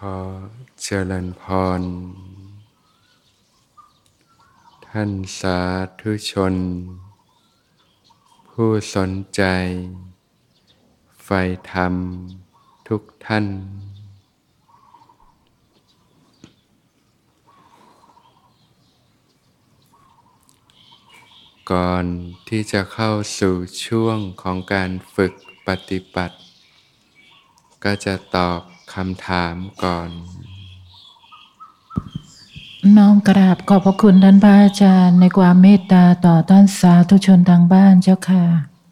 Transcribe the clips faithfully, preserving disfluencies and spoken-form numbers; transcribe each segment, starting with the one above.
อเจริญพรท่านสาธุชนผู้สนใจใฝ่ธรรมทุกท่านก่อนที่จะเข้าสู่ช่วงของการฝึกปฏิบัติก็จะตอบคำถามก่อนน้อมกราบขอบพระคุณท่านพระอาจารย์ในความเมตตาต่อท่านสาธุชนทางบ้านเจ้าค่ะ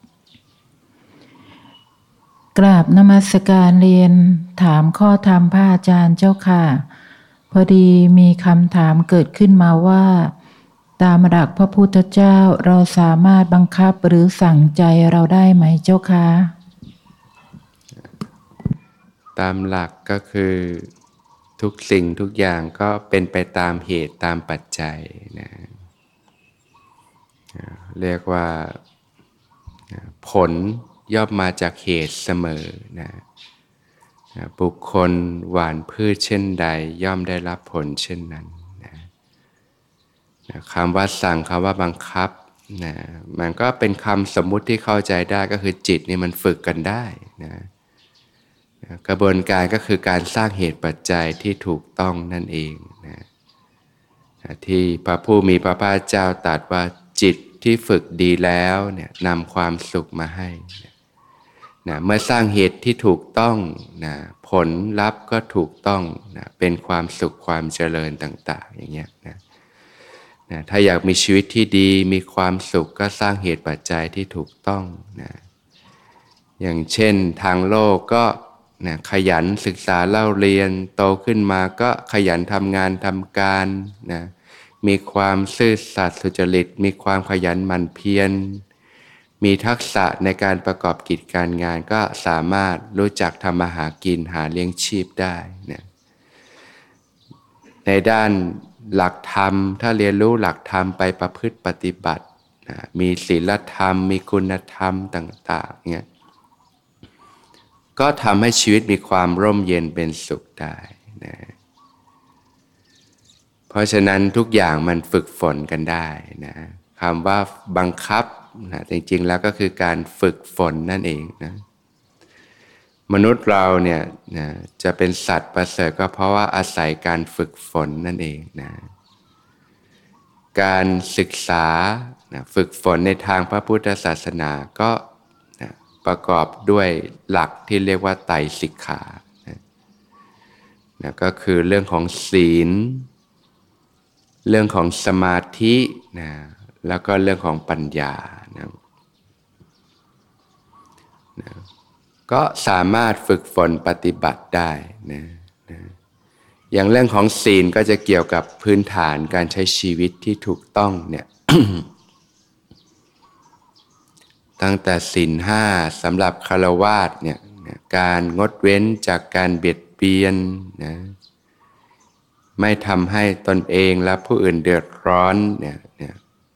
กราบนมัสการเรียนถามข้อธรรมพระอาจารย์เจ้าค่ะพอดีมีคำถามเกิดขึ้นมาว่าตามหลักพระพุทธเจ้าเราสามารถบังคับหรือสั่งใจเราได้ไหมเจ้าค่ะตามหลักก็คือทุกสิ่งทุกอย่างก็เป็นไปตามเหตุตามปัจจัยนะเรียกว่าผลย่อมมาจากเหตุเสมอนะบุคคลหว่านพืชเช่นใดย่อมได้รับผลเช่นนั้นนะคำว่าสั่งคำว่าบังคับนะมันก็เป็นคำสมมุติที่เข้าใจได้ก็คือจิตนี่มันฝึกกันได้นะกระบวนการก็คือการสร้างเหตุปัจจัยที่ถูกต้องนั่นเองนะที่พระผู้มีพระภาคเจ้าตรัสว่าจิตที่ฝึกดีแล้วเนี่ยนำความสุขมาให้นะเมื่อสร้างเหตุที่ถูกต้องนะผลลัพธ์ก็ถูกต้องนะเป็นความสุขความเจริญต่างๆอย่างเงี้ยนะนะถ้าอยากมีชีวิตที่ดีมีความสุขก็สร้างเหตุปัจจัยที่ถูกต้องนะอย่างเช่นทางโลกก็นะขยันศึกษาเล่าเรียนโตขึ้นมาก็ขยันทำงานทำการนะมีความซื่อสัตย์สุจริตมีความขยันหมั่นเพียรมีทักษะในการประกอบกิจการงานก็สามารถรู้จักทำมาหากินหาเลี้ยงชีพได้นะในด้านหลักธรรมถ้าเรียนรู้หลักธรรมไปประพฤติปฏิบัตินะมีศีลธรรมมีคุณธรรมต่างๆเงี้ยก็ทำให้ชีวิตมีความร่มเย็นเป็นสุขได้นะเพราะฉะนั้นทุกอย่างมันฝึกฝนกันได้นะคำว่าบังคับนะจริงๆแล้วก็คือการฝึกฝนนั่นเองนะมนุษย์เราเนี่ยนะจะเป็นสัตว์ประเสริฐก็เพราะว่าอาศัยการฝึกฝนนั่นเองนะการศึกษานะฝึกฝนในทางพระพุทธศาสนาก็นะประกอบด้วยหลักที่เรียกว่าไตรสิกขานะนะก็คือเรื่องของศีลเรื่องของสมาธินะแล้วก็เรื่องของปัญญานะนะก็สามารถฝึกฝนปฏิบัติได้นะนะอย่างเรื่องของศีลก็จะเกี่ยวกับพื้นฐานการใช้ชีวิตที่ถูกต้องเนี่ย ตั้งแต่ศีลห้าสำหรับฆราวาสเนี่ยการงดเว้นจากการเบียดเบียนนะไม่ทำให้ตนเองและผู้อื่นเดือดร้อนเนี่ยเนี่ย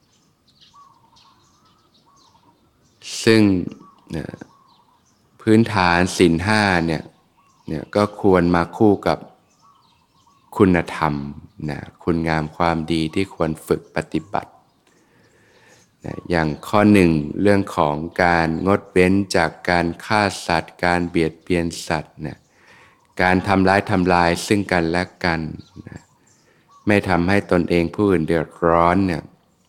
ซึ่งเนี่ยพื้นฐานศีลห้าเนี่ยเนี่ยก็ควรมาคู่กับคุณธรรมนะคุณงามความดีที่ควรฝึกปฏิบัตินะอย่างข้อหนึ่งเรื่องของการงดเว้นจากการฆ่าสัตว์การเบียดเบียนสัตว์นะการทำร้ายทำลายซึ่งกันและกันนะไม่ทำให้ตนเองผู้อื่นเดือดร้อนเนี่ย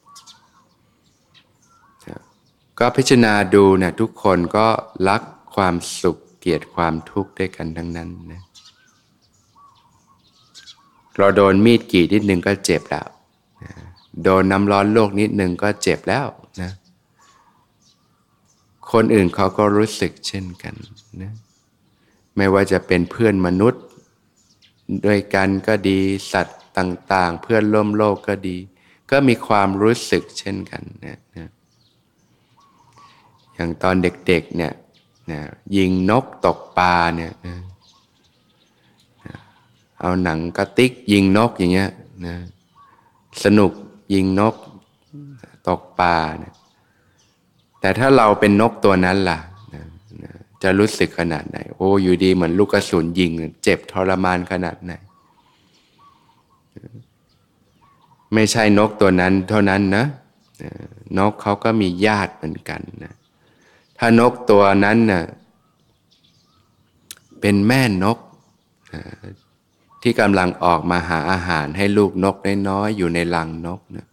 ก็พิจารณาดูเนี่ยทุกคนก็รักความสุขเกลียดความทุกข์ด้วยกันทั้งนั้นนะเราโดนมีดกรีดนิดนึงก็เจ็บแล้วนะโดนน้ำร้อนลวกนิดนึงก็เจ็บแล้วนะคนอื่นเขาก็รู้สึกเช่นกันนะไม่ว่าจะเป็นเพื่อนมนุษย์ด้วยกันก็ดีสัตว์ต่างๆเพื่อนร่วมโลกก็ดีก็มีความรู้สึกเช่นกันนะนะอย่างตอนเด็กๆเนี่ยนะยิงนกตกปลาเนี่ยนะเอาหนังกระติกยิงนกอย่างเงี้ยนะสนุกยิงนกตกปลาเนี่ยแต่ถ้าเราเป็นนกตัวนั้นล่ะนะนะจะรู้สึกขนาดไหนโอ้อยู่ดีเหมือนลูกกระสุนยิงเจ็บทรมานขนาดไหนไม่ใช่นกตัวนั้นเท่านั้นนะนกเขาก็มีญาติเหมือนกันนะถ้านกตัวนั้นนะเป็นแม่นกที่กำลังออกมาหาอาหารให้ลูกนกน้อยๆอยู่ในรังนกนะ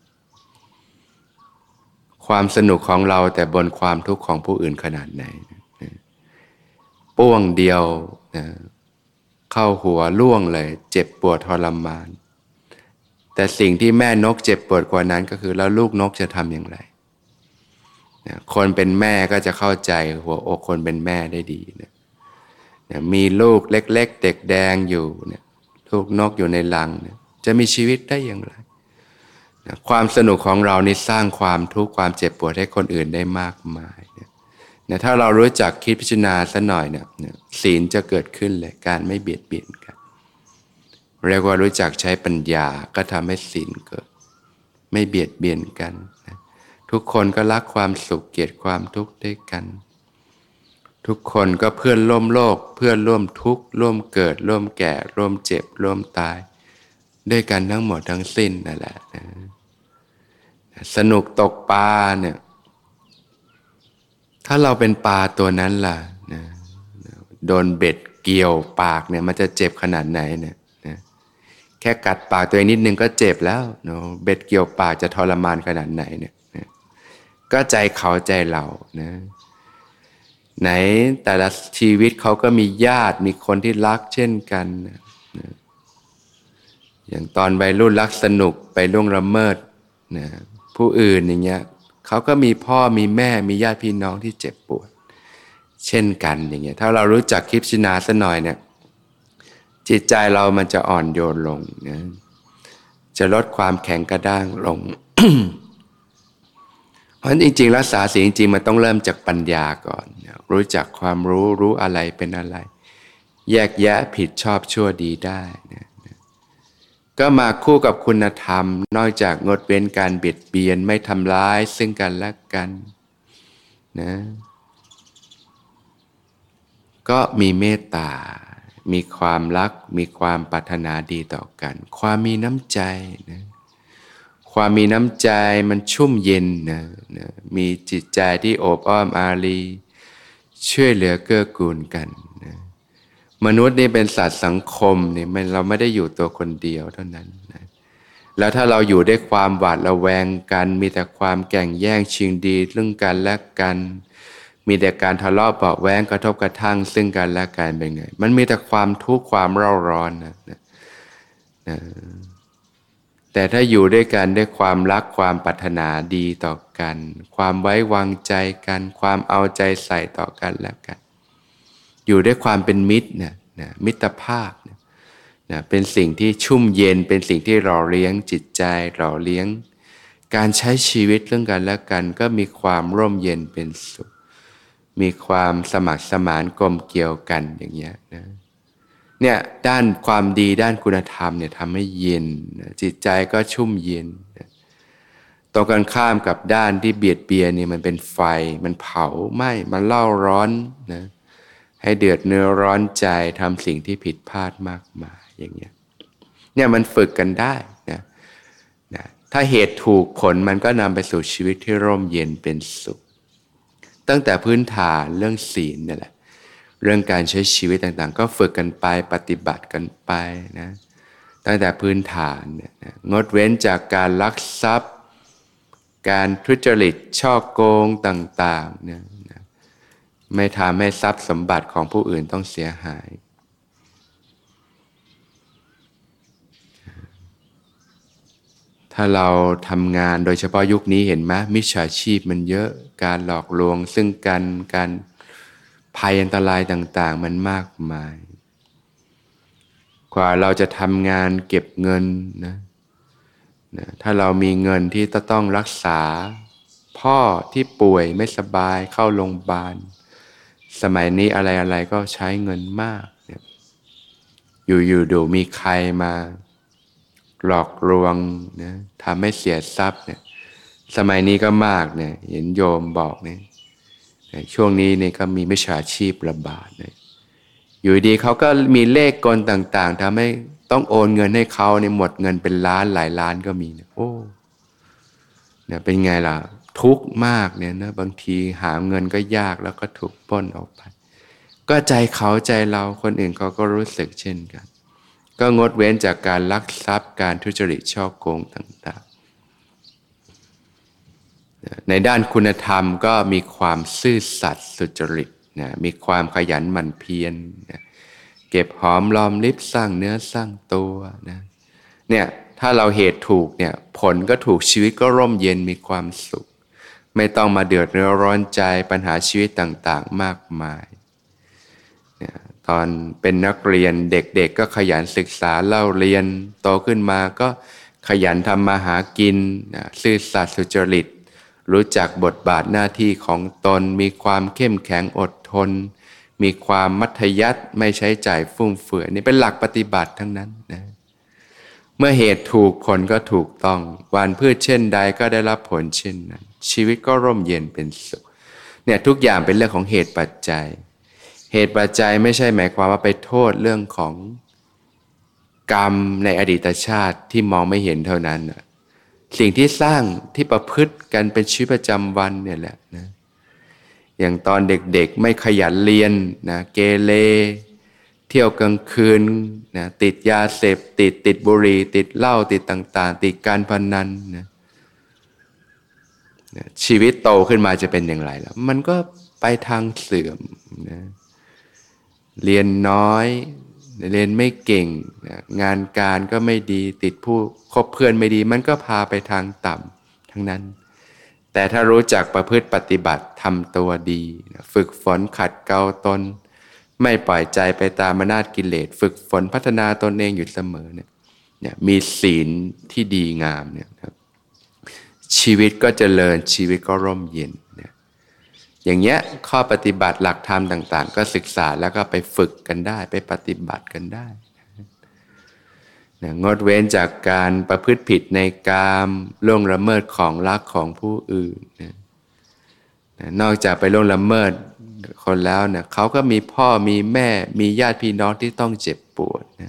ความสนุกของเราแต่บนความทุกข์ของผู้อื่นขนาดไหนป้วงเดียวนะเข้าหัวล่วงเลยเจ็บปวดทรมานแต่สิ่งที่แม่นกเจ็บปวดกว่านั้นก็คือแล้วลูกนกจะทำอย่างไรนะคนเป็นแม่ก็จะเข้าใจหัวอกคนเป็นแม่ได้ดีนะนะมีลูกเล็กๆเด็กแดงอยู่นะลูกนกอยู่ในรังนะจะมีชีวิตได้อย่างไรนะความสนุกของเรานี่สร้างความทุกข์ความเจ็บปวดให้คนอื่นได้มากมายนะนะถ้าเรารู้จักคิดพิจารณาสักหน่อยเนี่ยนะศีลจะเกิดขึ้นเลยการไม่เบียดเบียนกันเรียกว่ารู้จักใช้ปัญญาก็ทำให้ศีลเกิดไม่เบียดเบียนกันนะทุกคนก็รักความสุขเกลียดความทุกข์ด้วยกันทุกคนก็เพื่อนร่วมโลกเพื่อนร่วมทุกข์ร่วมเกิดร่วมแก่ร่วมเจ็บร่วมตายด้วยกันทั้งหมดทั้งสิ้นนั่นแหละนะสนุกตกปลาเนี่ยถ้าเราเป็นปลาตัวนั้นล่ะนะโดนเบ็ดเกี่ยวปากเนี่ยมันจะเจ็บขนาดไหนเนี่ยนะแค่กัดปากตัวเองนิดนึงก็เจ็บแล้วเนาะเบ็ดเกี่ยวปากจะทรมานขนาดไหนเนี่ยนะก็ใจเขาใจเรานะไหนแต่ละชีวิตเขาก็มีญาติมีคนที่รักเช่นกันนะอย่างตอนวัยรุ่นรักสนุกไปล่วงละเมิดนะผู้อื่นอย่างเงี้ยเขาก็มีพ่อมีแม่มีญาติพี่น้องที่เจ็บปวดเช่นกันอย่างเงี้ยถ้าเรารู้จักคิดพิจารณาสักหน่อยเนี่ยจิตใจเรามันจะอ่อนโยนลงนะจะลดความแข็งกระด้างลง เพราะฉะนั้นจริงๆรักษาศีลจริงๆมันต้องเริ่มจากปัญญาก่อนนะรู้จักความรู้รู้อะไรเป็นอะไรแยกแยะผิดชอบชั่วดีได้นะก็มาคู่กับคุณธรรมนอกจากงดเว้นการเบียดเบียนไม่ทำร้ายซึ่งกันและกันนะก็มีเมตตามีความรักมีความปรารถนาดีต่อกันความมีน้ำใจนะความมีน้ำใจมันชุ่มเย็นนะนะมีจิตใจที่โอบอ้อมอารีช่วยเหลือเกื้อกูลกันนะมนุษย์นี่เป็นสัตว์สังคมนี่มันเราไม่ได้อยู่ตัวคนเดียวเท่านั้นนะแล้วถ้าเราอยู่ด้วยความหวาดระแวงกันมีแต่ความแข่งแย่งชิงดีเรื่องกันและกันมีแต่การทะเลาะเบาะแว้งกระทบกระทั่งซึ่งกันและกันเป็นไงมันมีแต่ความทุกข์ความเร่าร้อนนะนะนะแต่ถ้าอยู่ด้วยกันด้วยความรักความปรารถนาดีต่อกันความไว้วางใจกันความเอาใจใส่ต่อกันและกันอยู่ด้วยความเป็นมิตรนะนะมิตรภาพนะนะเป็นสิ่งที่ชุ่มเย็นเป็นสิ่งที่หล่อเลี้ยงจิตใจหล่อเลี้ยงการใช้ชีวิตเรื่องกันและกันก็มีความร่มเย็นเป็นสุขมีความสมัครสมานกลมเกลียวกันอย่างเงี้ยนะเนี่ยด้านความดีด้านคุณธรรมเนี่ยทำให้เย็นนะจิตใจก็ชุ่มเย็นนะตรงกันข้ามกับด้านที่เบียดเบียนเนี่ยมันเป็นไฟมันเผาไหม้มันเล่าร้อนนะให้เดือดเนื้อร้อนใจทำสิ่งที่ผิดพลาดมากมายอย่างเงี้ยเนี่ยมันฝึกกันได้นะนะถ้าเหตุถูกผลมันก็นำไปสู่ชีวิตที่ร่มเย็นเป็นสุขตั้งแต่พื้นฐานเรื่องศีลนี่แหละเรื่องการใช้ชีวิตต่างๆก็ฝึกกันไปปฏิบัติกันไปนะตั้งแต่พื้นฐานเนี่ยนะงดเว้นจากการลักทรัพย์การทุจริตช่อโกงต่างๆเนี่ยนะไม่ทำให้ทรัพย์สมบัติของผู้อื่นต้องเสียหายถ้าเราทำงานโดยเฉพาะยุคนี้เห็นไหมมิจฉาชีพมันเยอะการหลอกลวงซึ่งกันการภัยอันตรายต่างๆมันมากมายกว่าเราจะทำงานเก็บเงินนะนะถ้าเรามีเงินที่ต้องรักษาพ่อที่ป่วยไม่สบายเข้าโรงพยาบาลสมัยนี้อะไรๆก็ใช้เงินมากเนี่ยอยู่ๆดูมีใครมาหลอกลวงนะทำให้เสียทรัพย์เนี่ยสมัยนี้ก็มากเนี่ยเห็นโยมบอกเนี่ยช่วงนี้นี่ก็มีมิจฉาชีพระบาดเลยอยู่ดีเขาก็มีเลขกลต่างๆทำให้ต้องโอนเงินให้เขาเนี่ยหมดเงินเป็นล้านหลายล้านก็มีเนี่ยโอ้เนี่ยเป็นไงล่ะทุกข์มากเนี่ยนะบางทีหาเงินก็ยากแล้วก็ถูกปล้นออกไปก็ใจเขาใจเราคนอื่นเขาก็รู้สึกเช่นกันก็งดเว้นจากการลักทรัพย์การทุจริตฉ้อโกงต่างๆในด้านคุณธรรมก็มีความซื่อสัตย์สุจริตนะมีความขยันหมั่นเพียรนะเก็บหอมรอมริบสร้างเนื้อสร้างตัวนะเนี่ยถ้าเราเหตุถูกเนี่ยผลก็ถูกชีวิตก็ร่มเย็นมีความสุขไม่ต้องมาเดือดเนื้อร้อนใจปัญหาชีวิตต่างๆมากมายเนี่ยตอนเป็นนักเรียนเด็กๆก็ขยันศึกษาเล่าเรียนโตขึ้นมาก็ขยันทำมาหากินนะซื่อสัตย์สุจริตรู้จักบทบาทหน้าที่ของตนมีความเข้มแข็งอดทนมีความมัธยัสถ์ไม่ใช้จ่ายฟุ่มเฟือยนี่เป็นหลักปฏิบัติทั้งนั้นนะเมื่อเหตุถูกผลก็ถูกต้องหว่านพืชเช่นใดก็ได้รับผลเช่นนั้นชีวิตก็ร่มเย็นเป็นสุขเนี่ยทุกอย่างเป็นเรื่องของเหตุปัจจัยเหตุปัจจัยไม่ใช่หมายความว่าไปโทษเรื่องของกรรมในอดีตชาติที่มองไม่เห็นเท่านั้นสิ่งที่สร้างที่ประพฤติกันเป็นชีวิตประจำวันเนี่ยแหละนะอย่างตอนเด็กๆไม่ขยันเรียนนะเกเรเที่ยวกลางคืนนะติดยาเสพติดติดบุหรี่ติดเหล้าติดต่างๆติดการพนันนะนะชีวิตโตขึ้นมาจะเป็นอย่างไรล่ะมันก็ไปทางเสื่อมนะเรียนน้อยเรียนไม่เก่งนะงานการก็ไม่ดีติดผู้คบเพื่อนไม่ดีมันก็พาไปทางต่ำทั้งนั้นแต่ถ้ารู้จักประพฤติปฏิบัติทำตัวดีฝึกฝนขัดเกลาตนไม่ปล่อยใจไปตามอำนาจกิเลสฝึกฝนพัฒนาตนเองอยู่เสมอเนี่ยเนี่ยมีศีลที่ดีงามเนี่ยครับชีวิตก็เจริญชีวิตก็ร่มเย็นเนี่ยอย่างเงี้ยข้อปฏิบัติหลักธรรมต่างๆก็ศึกษาแล้วก็ไปฝึกกันได้ไปปฏิบัติกันได้งดเว้นจากการประพฤติผิดในกามล่วงละเมิดของรักของผู้อื่นนะนอกจากไปล่วงละเมิดคนแล้วเนี่ยเขาก็มีพ่อมีแม่มีญาติพี่น้องที่ต้องเจ็บปวดนะ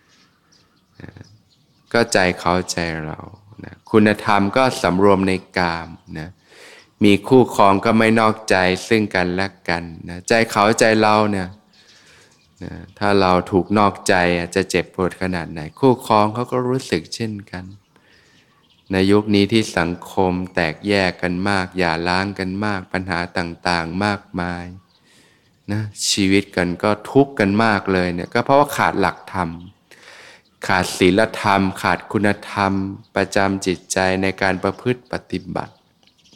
ก็ใจเขาใจเรานะคุณธรรมก็สำรวมในกามนะมีคู่ครองก็ไม่นอกใจซึ่งกันและกันนะใจเขาใจเราเนี่ยถ้าเราถูกนอกใจจะเจ็บปวดขนาดไหนคู่ครองเขาก็รู้สึกเช่นกันในยุคนี้ที่สังคมแตกแยกกันมากหย่าร้างกันมากปัญหาต่างๆมากมายนะชีวิตกันก็ทุกข์กันมากเลยเนี่ยก็เพราะว่าขาดหลักธรรมขาดศีลธรรมขาดคุณธรรมประจำจิตใจในการประพฤติปฏิบัติ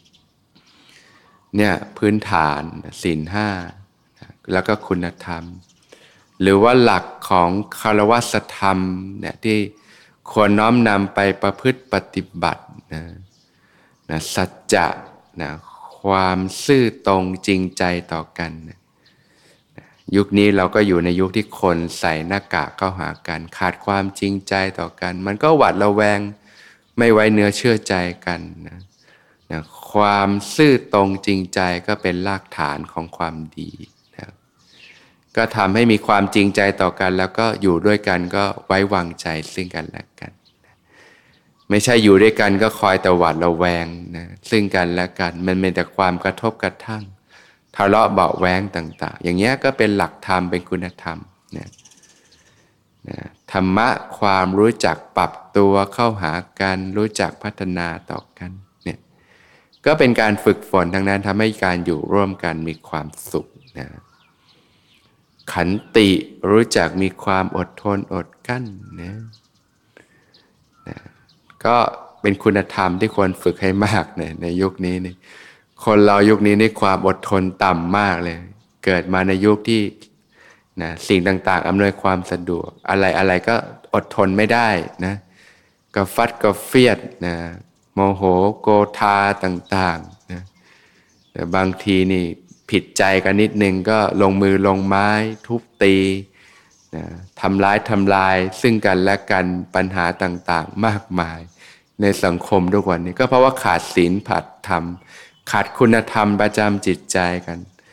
เนี่ยพื้นฐานศีลห้าแล้วก็คุณธรรมหรือว่าหลักของคารวะธรรมเนี่ยที่ควรน้อมนำไปประพฤติปฏิบัตินะนะสัจจะนะความซื่อตรงจริงใจต่อกันนะยุคนี้เราก็อยู่ในยุคที่คนใส่หน้ากากเข้าหากันขาดความจริงใจต่อกันมันก็หวาดระแวงไม่ไว้เนื้อเชื่อใจกันนะนะความซื่อตรงจริงใจก็เป็นรากฐานของความดีก็ทำให้มีความจริงใจต่อกันแล้วก็อยู่ด้วยกันก็ไว้วางใจซึ่งกันและกันไม่ใช่อยู่ด้วยกันก็คอยแต่หวาดระแวงนะซึ่งกันและกันมันเป็นแต่ความกระทบกระทั่งทะเลาะเบาะแว้งต่างๆอย่างเงี้ยก็เป็นหลักธรรมเป็นคุณธรรมนะนะธรรมะความรู้จักปรับตัวเข้าหากันรู้จักพัฒนาต่อกันเนี่ยก็เป็นการฝึกฝนทั้งนั้นทำให้การอยู่ร่วมกันมีความสุขนะขันติรู้จักมีความอดทนอดกั้นนะนะก็เป็นคุณธรรมที่ควรฝึกให้มากในในยุคนี้นี่คนเรายุคนี้นี่ความอดทนต่ำมากเลยเกิดมาในยุคที่นะสิ่งต่างๆอำนวยความสะดวกอะไรอะไรก็อดทนไม่ได้นะก็ฟัดก็เฟียดนะโมโหโกธาต่างๆนะแต่บางทีนี่ผิดใจกันนิดนึงก็ลงมือลงไม้ทุบตีนะทำร้ายทำลายซึ่งกันและกันปัญหาต่างๆมากมายในสังคมทุกวันนี้ก็เพราะว่าขาดศีลขาดธรรมขาดคุณธรรมประจำจิตใจกัน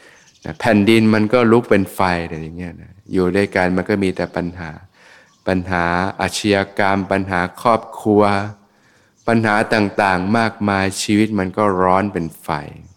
แผ่นดินมันก็ลุกเป็นไฟอะไรอย่างเงี้ยนะอยู่ด้วยกันมันก็มีแต่ปัญหาปัญหาอาชญากรรมปัญหาครอบครัวปัญหาต่างๆมากมายชีวิตมันก็ร้อนเป็นไฟ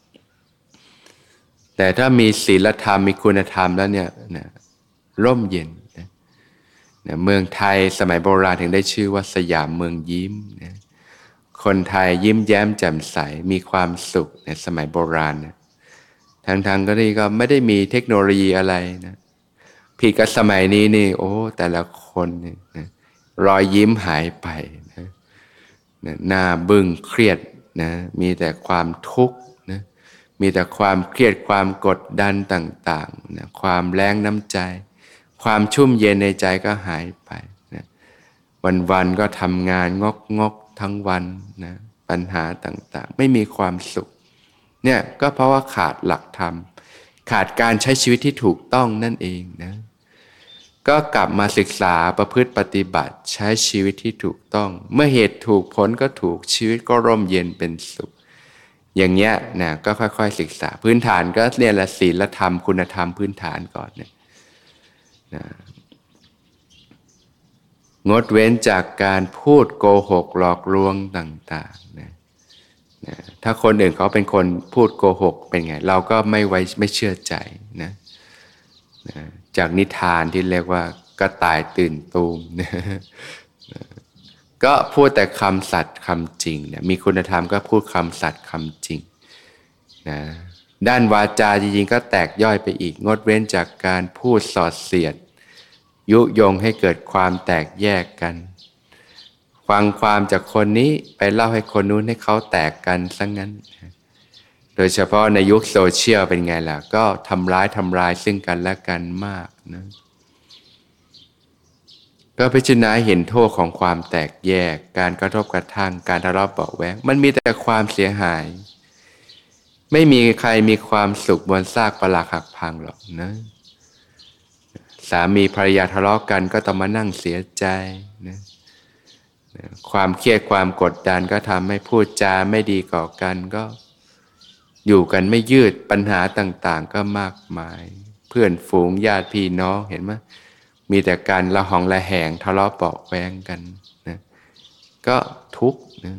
แต่ถ้ามีศีลธรรมมีคุณธรรมแล้วเนี่ยนะร่มเย็นนะนะเมืองไทยสมัยโบราณถึงได้ชื่อว่าสยามเมืองยิ้มนะคนไทยยิ้มแย้มแจ่มใสมีความสุขในสมัยโบราณนะทางๆก็นี่ก็ไม่ได้มีเทคโนโลยีอะไรนะผิดกับสมัยนี้นี่โอ้แต่ละคนนี่นะรอยยิ้มหายไปนะนะหน้าบึ้งเครียดนะมีแต่ความทุกข์นะมีแต่ความเครียดความกดดันต่างๆนะความแรงน้ำใจความชุ่มเย็นในใจก็หายไปนะวันๆก็ทำงานงกๆทั้งวันนะปัญหาต่างๆไม่มีความสุขเนี่ยก็เพราะว่าขาดหลักธรรมขาดการใช้ชีวิตที่ถูกต้องนั่นเองนะก็กลับมาศึกษาประพฤติปฏิบัติใช้ชีวิตที่ถูกต้องเมื่อเหตุถูกผลก็ถูกชีวิตก็ร่มเย็นเป็นสุขอย่างเงี้ยนะก็ค่อยๆศึกษาพื้นฐานก็เรียนละศีลธรรมคุณธรรมพื้นฐานก่อนเนี่ยนะงดเว้นจากการพูดโกหกหลอกลวงต่างๆนะนะถ้าคนอื่นเขาเป็นคนพูดโกหกเป็นไงเราก็ไม่ไว้ไม่เชื่อใจนะนะจากนิทานที่เรียกว่ากระต่ายตื่นตูมนะก็พูดแต่คำสัตย์คำจริงนะมีคุณธรรมก็พูดคำสัตย์คำจริงนะด้านวาจาจริงๆก็แตกย่อยไปอีกงดเว้นจากการพูดสอดเสียดยุยงให้เกิดความแตกแยกกันฟังความจากคนนี้ไปเล่าให้คนนู้นให้เขาแตกกันซะ งั้นโดยเฉพาะในยุคโซเชียลเป็นไงล่ะก็ทำร้ายทำลายซึ่งกันและกันมากนะก็พิจารณาเห็นโทษของความแตกแยกการกระทบกระทั่งการทะเลาะเบาะแว้งมันมีแต่ความเสียหายไม่มีใครมีความสุขบนซากปรักหักพังหรอกนะสามีภรรยาทะเลาะกันก็ต้องมานั่งเสียใจนะความเครียดความกดดันก็ทำให้พูดจาไม่ดีก่อกันก็อยู่กันไม่ยืดปัญหาต่างๆก็มากมายเพื่อนฝูงญาติพี่น้องเห็นไหมมีแต่การละหองละแหงทะเลาะเบาะแว้งกันนะก็ทุกข์นะ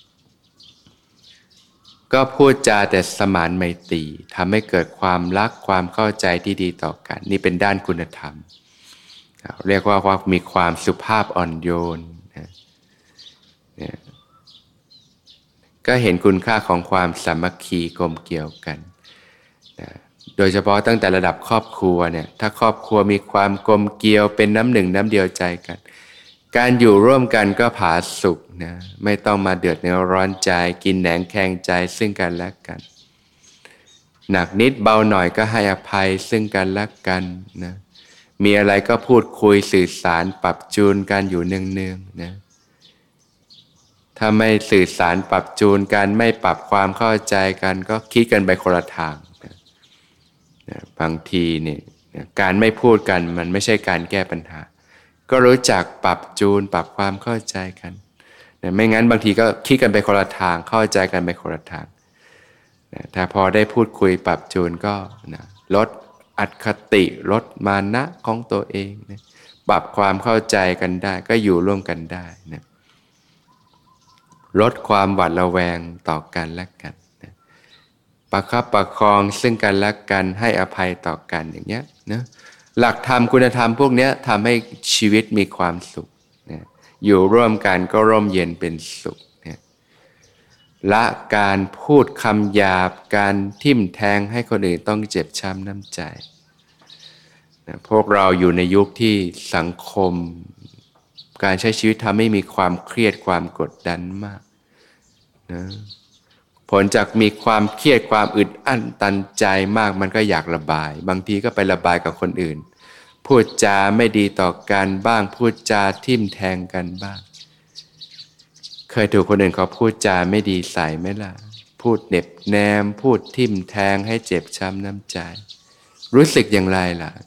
ก็พูดจาแต่สมานไมตรีทำให้เกิดความรักความเข้าใจที่ดีต่อกันนี่เป็นด้านคุณธรรมเรียกว่าว่ามีความสุภาพอ่อนโยนนะเนี่ยก็เห็นคุณค่าของความสามัคคีกลมเกลี่ยวกันนะโดยเฉพาะตั้งแต่ระดับครอบครัวเนี่ยถ้าครอบครัวมีความกลมเกลี่ยวเป็นน้ำหนึ่งน้ำเดียวใจกันการอยู่ร่วมกันก็ผาสุกนะไม่ต้องมาเดือดเนื้อร้อนใจกินแหนงแคงใจซึ่งกันและกันหนักนิดเบาหน่อยก็ให้อภัยซึ่งกันและกันนะมีอะไรก็พูดคุยสื่อสารปรับจูนกันอยู่เนืองๆนะถ้าไม่สื่อสารปรับจูนกันไม่ปรับความเข้าใจกันก็คิดกันไปคนละทางนะนะบางทีเนี่ยการไม่พูดกันมันไม่ใช่การแก้ปัญหาก็รู้จักปรับจูนปรับความเข้าใจกันนะไม่งั้นบางทีก็คิดกันไปคนละทางเข้าใจกันไปคนละทางนะถ้าพอได้พูดคุยปรับจูนก็นะลดอคติลดมานะของตัวเองนะปรับความเข้าใจกันได้ก็อยู่ร่วมกันได้นะลดความหวาดระแวงต่อกันและกันนะประคับประคองซึ่งกันและกันให้อภัยต่อกันอย่างเงี้ยนะหลักธรรมคุณธรรมพวกนี้ทำให้ชีวิตมีความสุขนะอยู่ร่วมกันก็ร่มเย็นเป็นสุขนะละการพูดคำหยาบการทิ่มแทงให้คนอื่นต้องเจ็บช้ำน้ำใจนะพวกเราอยู่ในยุคที่สังคมการใช้ชีวิตทำให้มีความเครียดความกดดันมากนะผลจากมีความเครียดความอึดอั้นตันใจมากมันก็อยากระบายบางทีก็ไประบายกับคนอื่นพูดจาไม่ดีต่อกันบ้างพูดจาทิ่มแทงกันบ้างเคยถูกคนอื่นเขาพูดจาไม่ดีใส่ไหมล่ะพูดเหน็บแนมพูดทิ่มแทงให้เจ็บช้ำน้ำใจรู้สึกอย่างไรล่ะ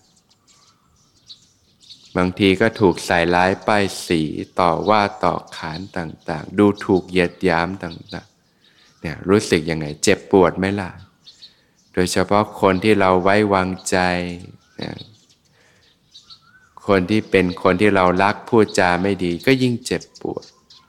บางทีก็ถูกใส่ร้ายป้ายสีต่อว่าต่อขานต่างๆดูถูกเหยียดหยามต่างๆเนี่ยรู้สึกยังไงเจ็บปวดไหมล่ะโดยเฉพาะคนที่เราไว้วางใจนะคนที่เป็นคนที่เรารักพูดจาไม่ดีก็ยิ่งเจ็บปวด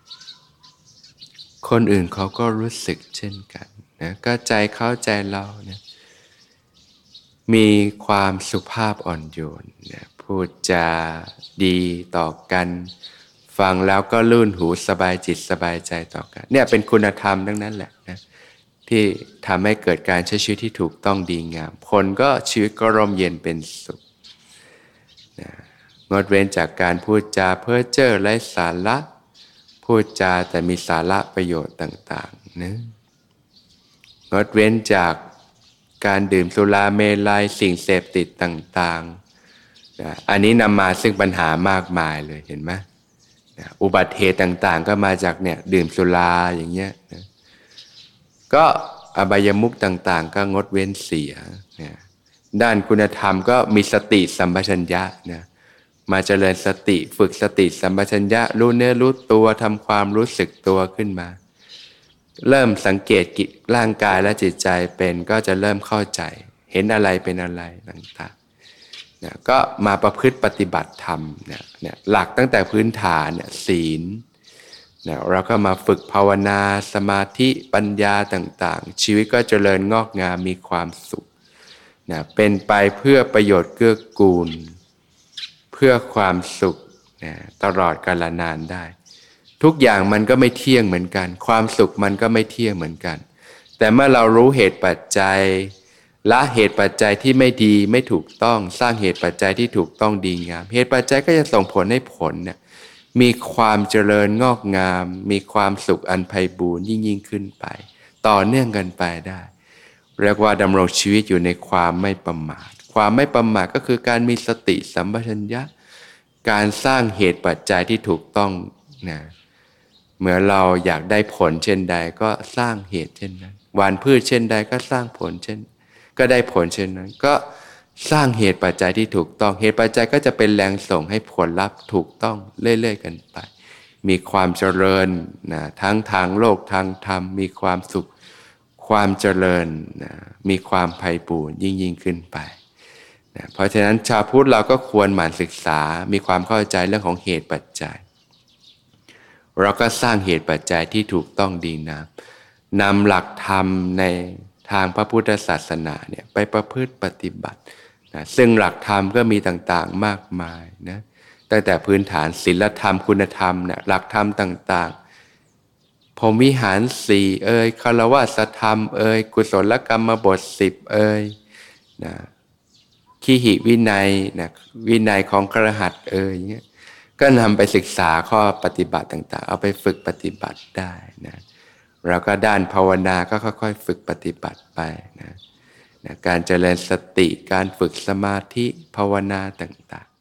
คนอื่นเขาก็รู้สึกเช่นกันนะก็ใจเข้าใจเรานะมีความสุภาพอ่อนโยนนะพูดจาดีต่อกันฟังแล้วก็ลื่นหูสบายจิตสบายใจต่อกันเนี่ยเป็นคุณธรรมทั้งนั้นแหละนะที่ทำให้เกิดการใช้ชีวิตที่ถูกต้องดีงามผลก็ชีวิตก็ร่มเย็นเป็นสุขนะงดเว้นจากการพูดจาเพ้อเจ้อไร้สาระพูดจาแต่มีสาระประโยชน์ต่างๆนะงดเว้นจากการดื่มสุราเมลัยสิ่งเสพติดต่างๆนะอันนี้นำมาซึ่งปัญหามากมายเลยเห็นไหมนะอุบัติเหตุต่างๆก็มาจากเนี่ยดื่มสุราอย่างเงี้ยนะก็อบายมุขต่างๆก็งดเว้นเสียนะด้านคุณธรรมก็มีสติสัมปชัญญะนะมาเจริญสติฝึกสติสัมปชัญญะรู้เนื้อรู้ตัวทำความรู้สึกตัวขึ้นมาเริ่มสังเกตกิจร่างกายและจิตใจเป็นก็จะเริ่มเข้าใจเห็นอะไรเป็นอะไรต่างๆนะก็มาประพฤติปฏิบัติธรรมเนี่ยเนี่ยหลักตั้งแต่พื้นฐานเนี่ยศีลนะเราก็มาฝึกภาวนาสมาธิปัญญาต่างๆชีวิตก็เจริญงอกงามมีความสุขนะเป็นไปเพื่อประโยชน์เกื้อกูลเพื่อความสุขนะตลอดกาลนานได้ทุกอย่างมันก็ไม่เที่ยงเหมือนกันความสุขมันก็ไม่เที่ยงเหมือนกันแต่เมื่อเรารู้เหตุปัจจัยละเหตุปัจจัยที่ไม่ดีไม่ถูกต้องสร้างเหตุปัจจัยที่ถูกต้องดีงามเหตุปัจจัยก็จะส่งผลให้ผลเนี่ยมีความเจริญงอกงามมีความสุขอันไพบูรย์ยิ่งยิ่งขึ้นไปต่อเนื่องกันไปได้เรียกว่าดำรงชีวิตอยู่ในความไม่ประมาทความไม่ประมาทก็คือการมีสติสัมปชัญญะการสร้างเหตุปัจจัยที่ถูกต้องนะเมื่อเราอยากได้ผลเช่นใดก็สร้างเหตุเช่นนั้นหว่านพืชเช่นใดก็สร้างผลเช่นก็ได้ผลเช่นนั้นก็สร้างเหตุปัจจัยที่ถูกต้องเหตุปัจจัยก็จะเป็นแรงส่งให้ผลลัพธ์ถูกต้องเรื่อยๆกันไปมีความเจริญนะทั้งทางโลกทางธรรมมีความสุขความเจริญนะมีความไพบูรย์ยิ่งยิ่งขึ้นไปนะเพราะฉะนั้นชาวพุทธเราก็ควรหมั่นศึกษามีความเข้าใจเรื่องของเหตุปัจจัยเราก็สร้างเหตุปัจจัยที่ถูกต้องดีนะนำหลักธรรมในทางพระพุทธศาสนาเนี่ยไปประพฤติปฏิบัตินะซึ่งหลักธรรมก็มีต่างๆมากมายนะตั้งแต่พื้นฐานศีลธรรมคุณธรรมเนี่ยหลักธรรมต่างๆพรหมวิหารสี่เอ่ยคฤหัสถธรรมเอ่ยกุศลกรรมบทสิบเอ่ยนะขีหิวินัยนะวินัยของคฤหัสถ์เอ่ยเงี้ยก็นำไปศึกษาข้อปฏิบัติต่างๆเอาไปฝึกปฏิบัติได้นะแล้วก็ด้านภาวนาก็ค่อยๆฝึกปฏิบัติไปนะนะการเจริญสติการฝึกสมาธิภาวนาต่างๆ